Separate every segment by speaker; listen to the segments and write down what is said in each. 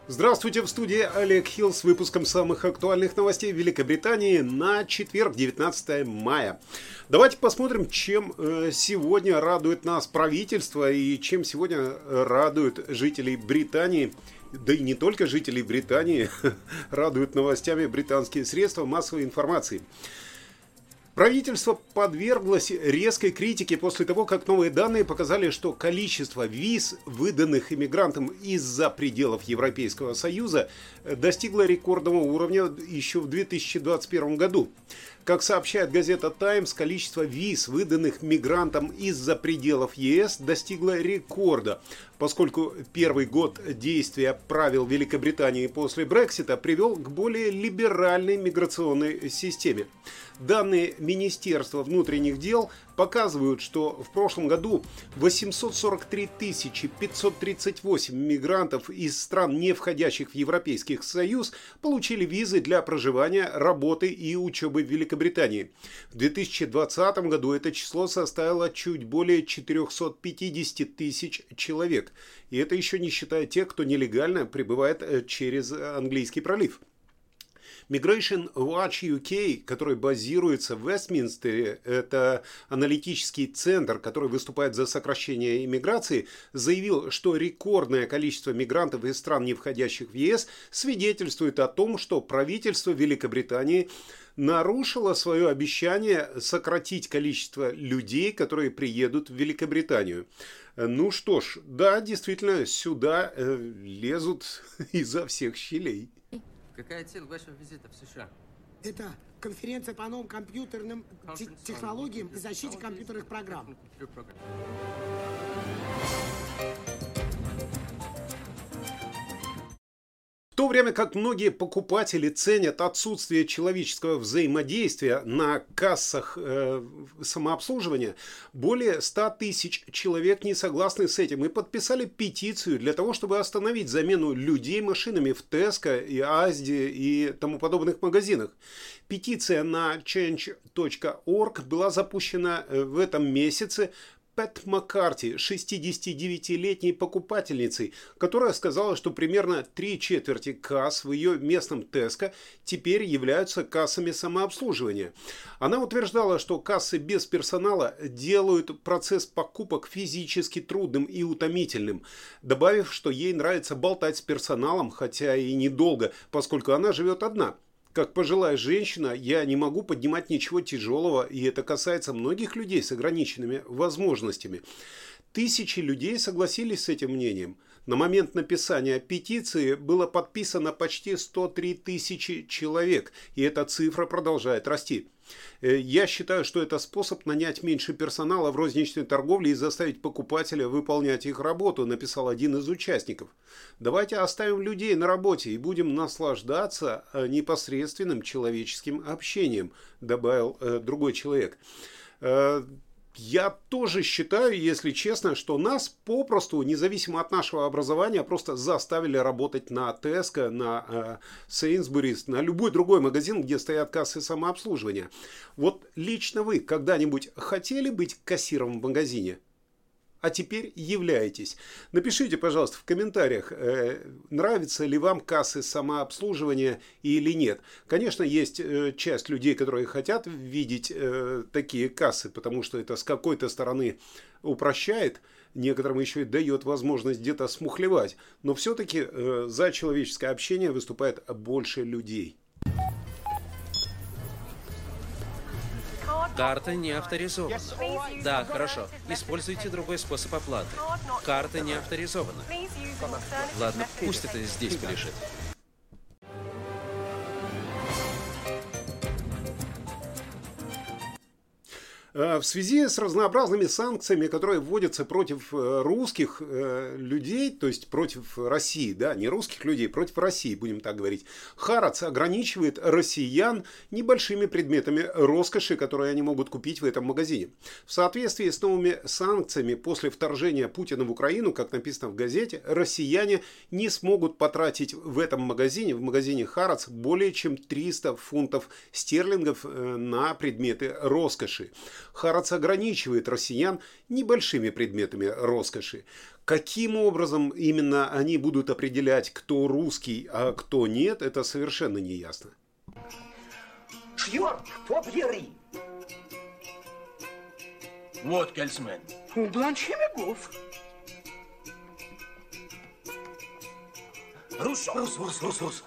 Speaker 1: Здравствуйте, в студии Олег Хилл с выпуском самых актуальных новостей Великобритании на четверг, 19 мая. Давайте посмотрим, чем сегодня радует нас правительство и чем сегодня радует жителей Британии. Да и не только жителей Британии радуют новостями британские средства массовой информации. Правительство подверглось резкой критике после того, как новые данные показали, что количество виз, выданных иммигрантам из-за пределов Европейского Союза, достигло рекордного уровня еще в 2021 году. Как сообщает газета «Таймс», количество виз, выданных мигрантам из-за пределов ЕС, достигло рекорда, поскольку первый год действия правил Великобритании после Брексита привел к более либеральной миграционной системе. Данные Министерства внутренних дел показывают, что в прошлом году 843 538 мигрантов из стран, не входящих в Европейский Союз, получили визы для проживания, работы и учебы в Великобритании. В 2020 году это число составило чуть более 450 тысяч человек. И это еще не считая тех, кто нелегально прибывает через Английский пролив. Migration Watch UK, который базируется в Вестминстере, это аналитический центр, который выступает за сокращение иммиграции, заявил, что рекордное количество мигрантов из стран, не входящих в ЕС, свидетельствует о том, что правительство Великобритании нарушило свое обещание сократить количество людей, которые приедут в Великобританию. Ну что ж, да, действительно, сюда лезут изо всех щелей.
Speaker 2: Какая цель вашего визита в США?
Speaker 3: Это конференция по новым компьютерным технологиям и защите компьютерных программ.
Speaker 1: В то время как многие покупатели ценят отсутствие человеческого взаимодействия на кассах самообслуживания, более 100 тысяч человек не согласны с этим и подписали петицию для того, чтобы остановить замену людей машинами в Tesco и Asda и тому подобных магазинах. Петиция на change.org была запущена в этом месяце Пэт Маккарти, 69-летней покупательницей, которая сказала, что примерно 3/4 касс в ее местном Tesco теперь являются кассами самообслуживания. Она утверждала, что кассы без персонала делают процесс покупок физически трудным и утомительным, добавив, что ей нравится болтать с персоналом, хотя и недолго, поскольку она живет одна. Как пожилая женщина, я не могу поднимать ничего тяжелого, и это касается многих людей с ограниченными возможностями. Тысячи людей согласились с этим мнением. На момент написания петиции было подписано почти 103 тысячи человек, и эта цифра продолжает расти. Я считаю, что это способ нанять меньше персонала в розничной торговле и заставить покупателя выполнять их работу, написал один из участников. Давайте оставим людей на работе и будем наслаждаться непосредственным человеческим общением, добавил другой человек. Я тоже считаю, если честно, что нас попросту, независимо от нашего образования, просто заставили работать на Tesco, на Sainsbury's, на любой другой магазин, где стоят кассы самообслуживания. Вот лично вы когда-нибудь хотели быть кассиром в магазине? А теперь являетесь. Напишите, пожалуйста, в комментариях, нравятся ли вам кассы самообслуживания или нет. Конечно, есть часть людей, которые хотят видеть такие кассы, потому что это с какой-то стороны упрощает, некоторым еще и дает возможность где-то смухлевать. Но все-таки за человеческое общение выступает больше людей.
Speaker 4: Карта не авторизована. Да, хорошо. Используйте другой способ оплаты. Карта не авторизована. Ладно, пусть это здесь полежит.
Speaker 1: В связи с разнообразными санкциями, которые вводятся против русских людей, то есть против России, да, не русских людей, против России, будем так говорить, Harrods ограничивает россиян небольшими предметами роскоши, которые они могут купить в этом магазине. В соответствии с новыми санкциями после вторжения Путина в Украину, как написано в газете, россияне не смогут потратить в этом магазине, в магазине Harrods, более чем 300 фунтов стерлингов на предметы роскоши. Харатс ограничивает россиян небольшими предметами роскоши. Каким образом именно они будут определять, кто русский, а кто нет, это совершенно неясно.
Speaker 5: Черт, побери!
Speaker 6: Вот Кельсмен.
Speaker 5: Бланшемигов.
Speaker 6: Руссо.
Speaker 5: Рус.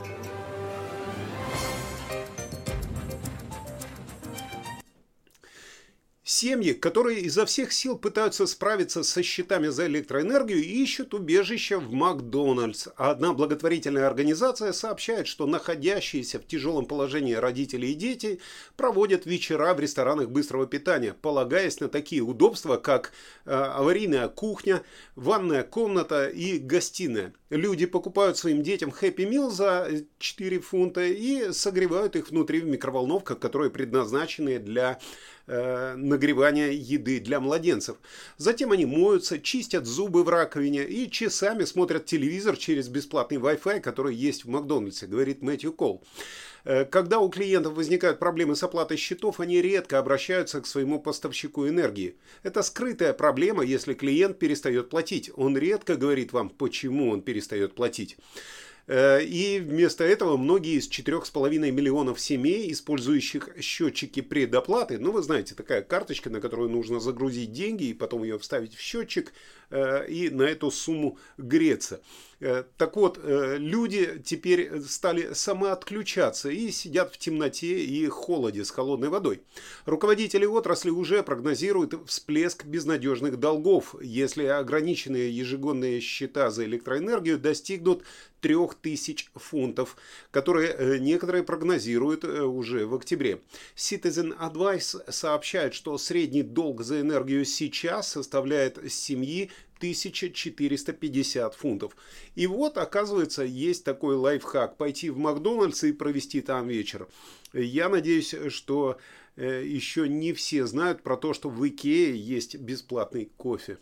Speaker 1: Семьи, которые изо всех сил пытаются справиться со счетами за электроэнергию, ищут убежище в Макдональдс. А одна благотворительная организация сообщает, что находящиеся в тяжелом положении родители и дети проводят вечера в ресторанах быстрого питания, полагаясь на такие удобства, как аварийная кухня, ванная комната и гостиная. Люди покупают своим детям Happy Meal за 4 фунта и согревают их внутри в микроволновках, которые предназначены для нагревания еды для младенцев. Затем они моются, чистят зубы в раковине и часами смотрят телевизор через бесплатный Wi-Fi, который есть в Макдональдсе, говорит Мэтью Кол. Когда у клиентов возникают проблемы с оплатой счетов, они редко обращаются к своему поставщику энергии. Это скрытая проблема, если клиент перестает платить. Он редко говорит вам, почему он перестает платить. И вместо этого многие из 4,5 миллионов семей, использующих счетчики предоплаты, ну вы знаете, такая карточка, на которую нужно загрузить деньги и потом ее вставить в счетчик и на эту сумму греться. Так вот, люди теперь стали самоотключаться и сидят в темноте и холоде с холодной водой. Руководители отрасли уже прогнозируют всплеск безнадежных долгов, если ограниченные ежегодные счета за электроэнергию достигнут 3000 фунтов, которые некоторые прогнозируют уже в октябре. Citizen Advice сообщает, что средний долг за энергию сейчас составляет семьи 1450 фунтов. И вот, оказывается, есть такой лайфхак. Пойти в Макдональдс и провести там вечер. Я надеюсь, что еще не все знают про то, что в Икее есть бесплатный кофе.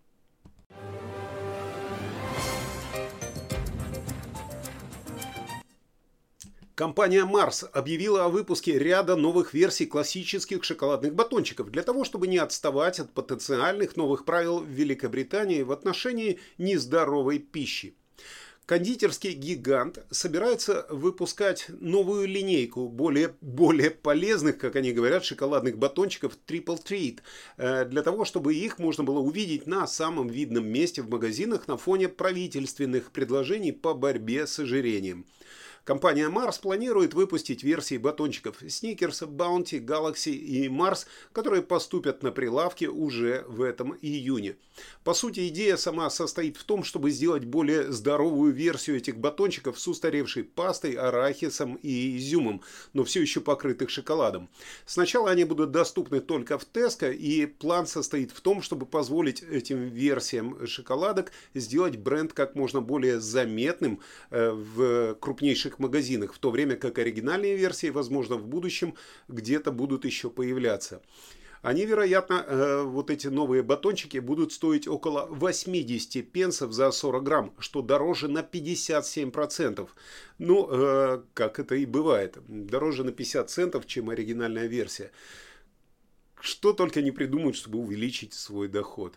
Speaker 1: Компания Mars объявила о выпуске ряда новых версий классических шоколадных батончиков для того, чтобы не отставать от потенциальных новых правил в Великобритании в отношении нездоровой пищи. Кондитерский гигант собирается выпускать новую линейку более полезных, как они говорят, шоколадных батончиков Triple Treat, для того, чтобы их можно было увидеть на самом видном месте в магазинах на фоне правительственных предложений по борьбе с ожирением. Компания Mars планирует выпустить версии батончиков Snickers, Bounty, Galaxy и Mars, которые поступят на прилавки уже в этом июне. По сути, идея сама состоит в том, чтобы сделать более здоровую версию этих батончиков с устаревшей пастой, арахисом и изюмом, но все еще покрытых шоколадом. Сначала они будут доступны только в Tesco, и план состоит в том, чтобы позволить этим версиям шоколадок сделать бренд как можно более заметным в крупнейших магазинах, в то время как оригинальные версии, возможно, в будущем где-то будут еще появляться. Они, вероятно, вот эти новые батончики будут стоить около 80 пенсов за 40 грамм, что дороже на 57%. Ну, как это и бывает, дороже на 50 центов, чем оригинальная версия. Что только не придумают, чтобы увеличить свой доход.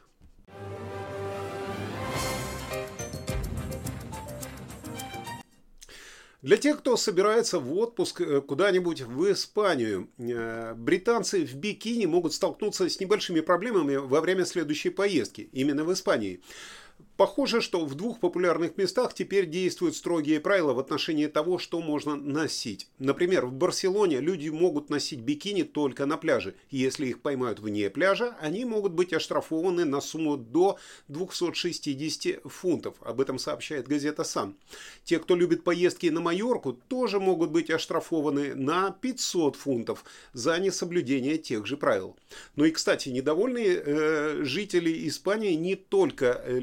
Speaker 1: Для тех, кто собирается в отпуск куда-нибудь в Испанию, британцы в бикини могут столкнуться с небольшими проблемами во время следующей поездки, именно в Испании. Похоже, что в двух популярных местах теперь действуют строгие правила в отношении того, что можно носить. Например, в Барселоне люди могут носить бикини только на пляже. Если их поймают вне пляжа, они могут быть оштрафованы на сумму до 260 фунтов. Об этом сообщает газета Sun. Те, кто любит поездки на Майорку, тоже могут быть оштрафованы на 500 фунтов за несоблюдение тех же правил. Ну и, кстати, недовольные жители Испании не только людьми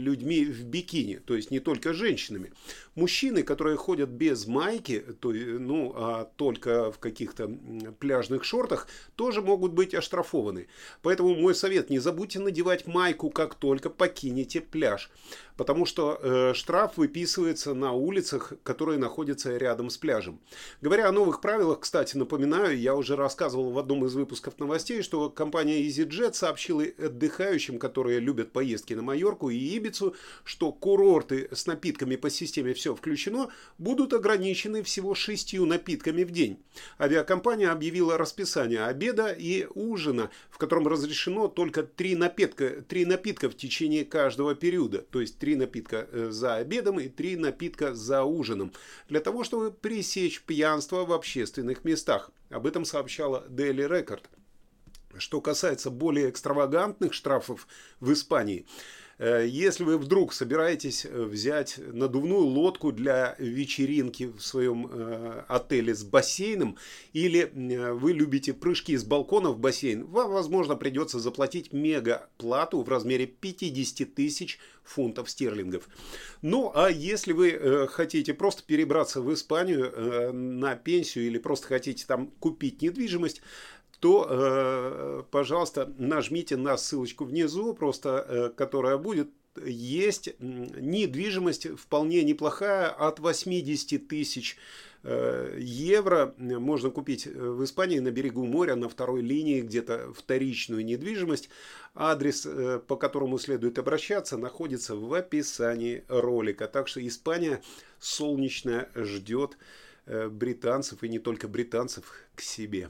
Speaker 1: и в бикини, то есть не только женщинами. Мужчины, которые ходят без майки, а только в каких-то пляжных шортах, тоже могут быть оштрафованы. Поэтому мой совет: не забудьте надевать майку, как только покинете пляж. Потому что штраф выписывается на улицах, которые находятся рядом с пляжем. Говоря о новых правилах, кстати, напоминаю, я уже рассказывал в одном из выпусков новостей, что компания EasyJet сообщила отдыхающим, которые любят поездки на Майорку и Ибицу, что курорты с напитками по системе «все включено» будут ограничены всего 6 напитками в день. Авиакомпания объявила расписание обеда и ужина, в котором разрешено только 3 напитка в течение каждого периода. То есть 3 напитка за обедом и 3 напитка за ужином. Для того, чтобы пресечь пьянство в общественных местах. Об этом сообщала Daily Record. Что касается более экстравагантных штрафов в Испании. Если вы вдруг собираетесь взять надувную лодку для вечеринки в своем отеле с бассейном, или вы любите прыжки с балкона в бассейн, вам, возможно, придется заплатить мегаплату в размере 50 тысяч фунтов стерлингов. Ну, а если вы хотите просто перебраться в Испанию на пенсию или просто хотите там купить недвижимость, то, пожалуйста, нажмите на ссылочку внизу, которая будет. Есть недвижимость вполне неплохая, от 80 тысяч евро можно купить в Испании на берегу моря, на второй линии, где-то вторичную недвижимость. Адрес, по которому следует обращаться, находится в описании ролика. Так что Испания солнечная ждет британцев, и не только британцев, к себе.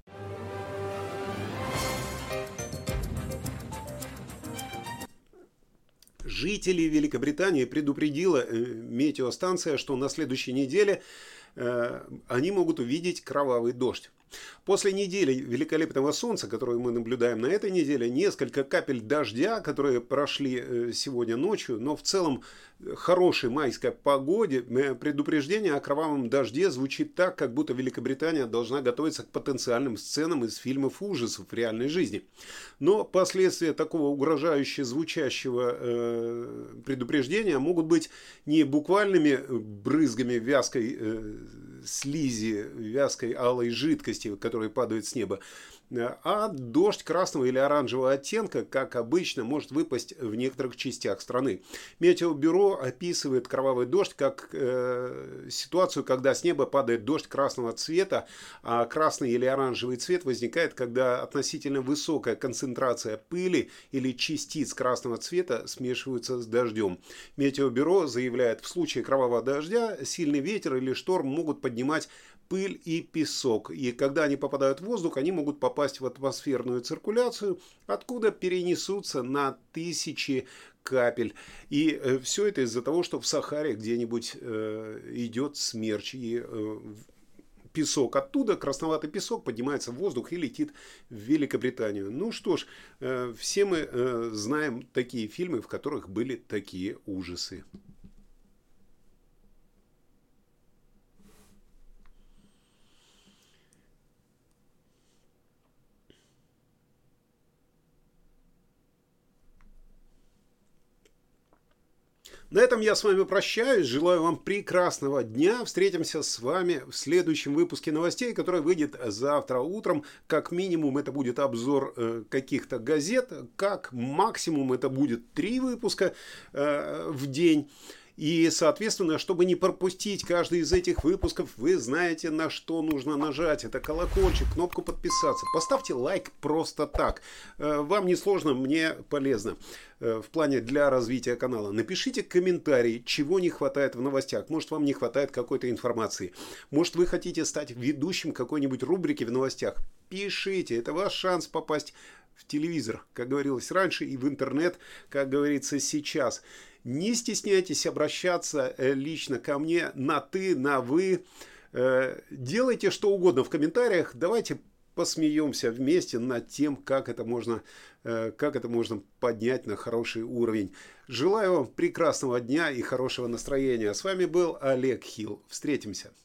Speaker 1: Жителей Великобритании предупредила метеостанция, что на следующей неделе они могут увидеть кровавый дождь. После недели великолепного солнца, которую мы наблюдаем на этой неделе, несколько капель дождя, которые прошли сегодня ночью, но в целом хорошей майской погоде, предупреждение о кровавом дожде звучит так, как будто Великобритания должна готовиться к потенциальным сценам из фильмов ужасов в реальной жизни. Но последствия такого угрожающе звучащего предупреждения могут быть не буквальными брызгами вязкой слизи, вязкой алой жидкости, которая падает с неба, а дождь красного или оранжевого оттенка, как обычно, может выпасть в некоторых частях страны. Метеобюро описывает кровавый дождь как ситуацию, когда с неба падает дождь красного цвета, а красный или оранжевый цвет возникает, когда относительно высокая концентрация пыли или частиц красного цвета смешиваются с дождем. Метеобюро заявляет, в случае кровавого дождя сильный ветер или шторм могут поднимать пыль и песок. И когда они попадают в воздух, они могут попасть в атмосферную циркуляцию, откуда перенесутся на тысячи капель. И все это из-за того, что в Сахаре где-нибудь идет смерч. И песок оттуда, красноватый песок, поднимается в воздух и летит в Великобританию. Ну что ж, все мы знаем такие фильмы, в которых были такие ужасы. На этом я с вами прощаюсь. Желаю вам прекрасного дня. Встретимся с вами в следующем выпуске новостей, который выйдет завтра утром. Как минимум это будет обзор каких-то газет. Как максимум это будет 3 выпуска в день. И, соответственно, чтобы не пропустить каждый из этих выпусков, вы знаете, на что нужно нажать. Это колокольчик, кнопку подписаться. Поставьте лайк просто так. Вам не сложно, мне полезно. В плане для развития канала. Напишите комментарий, чего не хватает в новостях. Может, вам не хватает какой-то информации. Может, вы хотите стать ведущим какой-нибудь рубрики в новостях. Пишите. Это ваш шанс попасть в телевизор, как говорилось раньше, и в интернет, как говорится сейчас. Не стесняйтесь обращаться лично ко мне на «ты», на «вы». Делайте что угодно в комментариях. Давайте посмеемся вместе над тем, как это можно поднять на хороший уровень. Желаю вам прекрасного дня и хорошего настроения. С вами был Олег Хилл. Встретимся.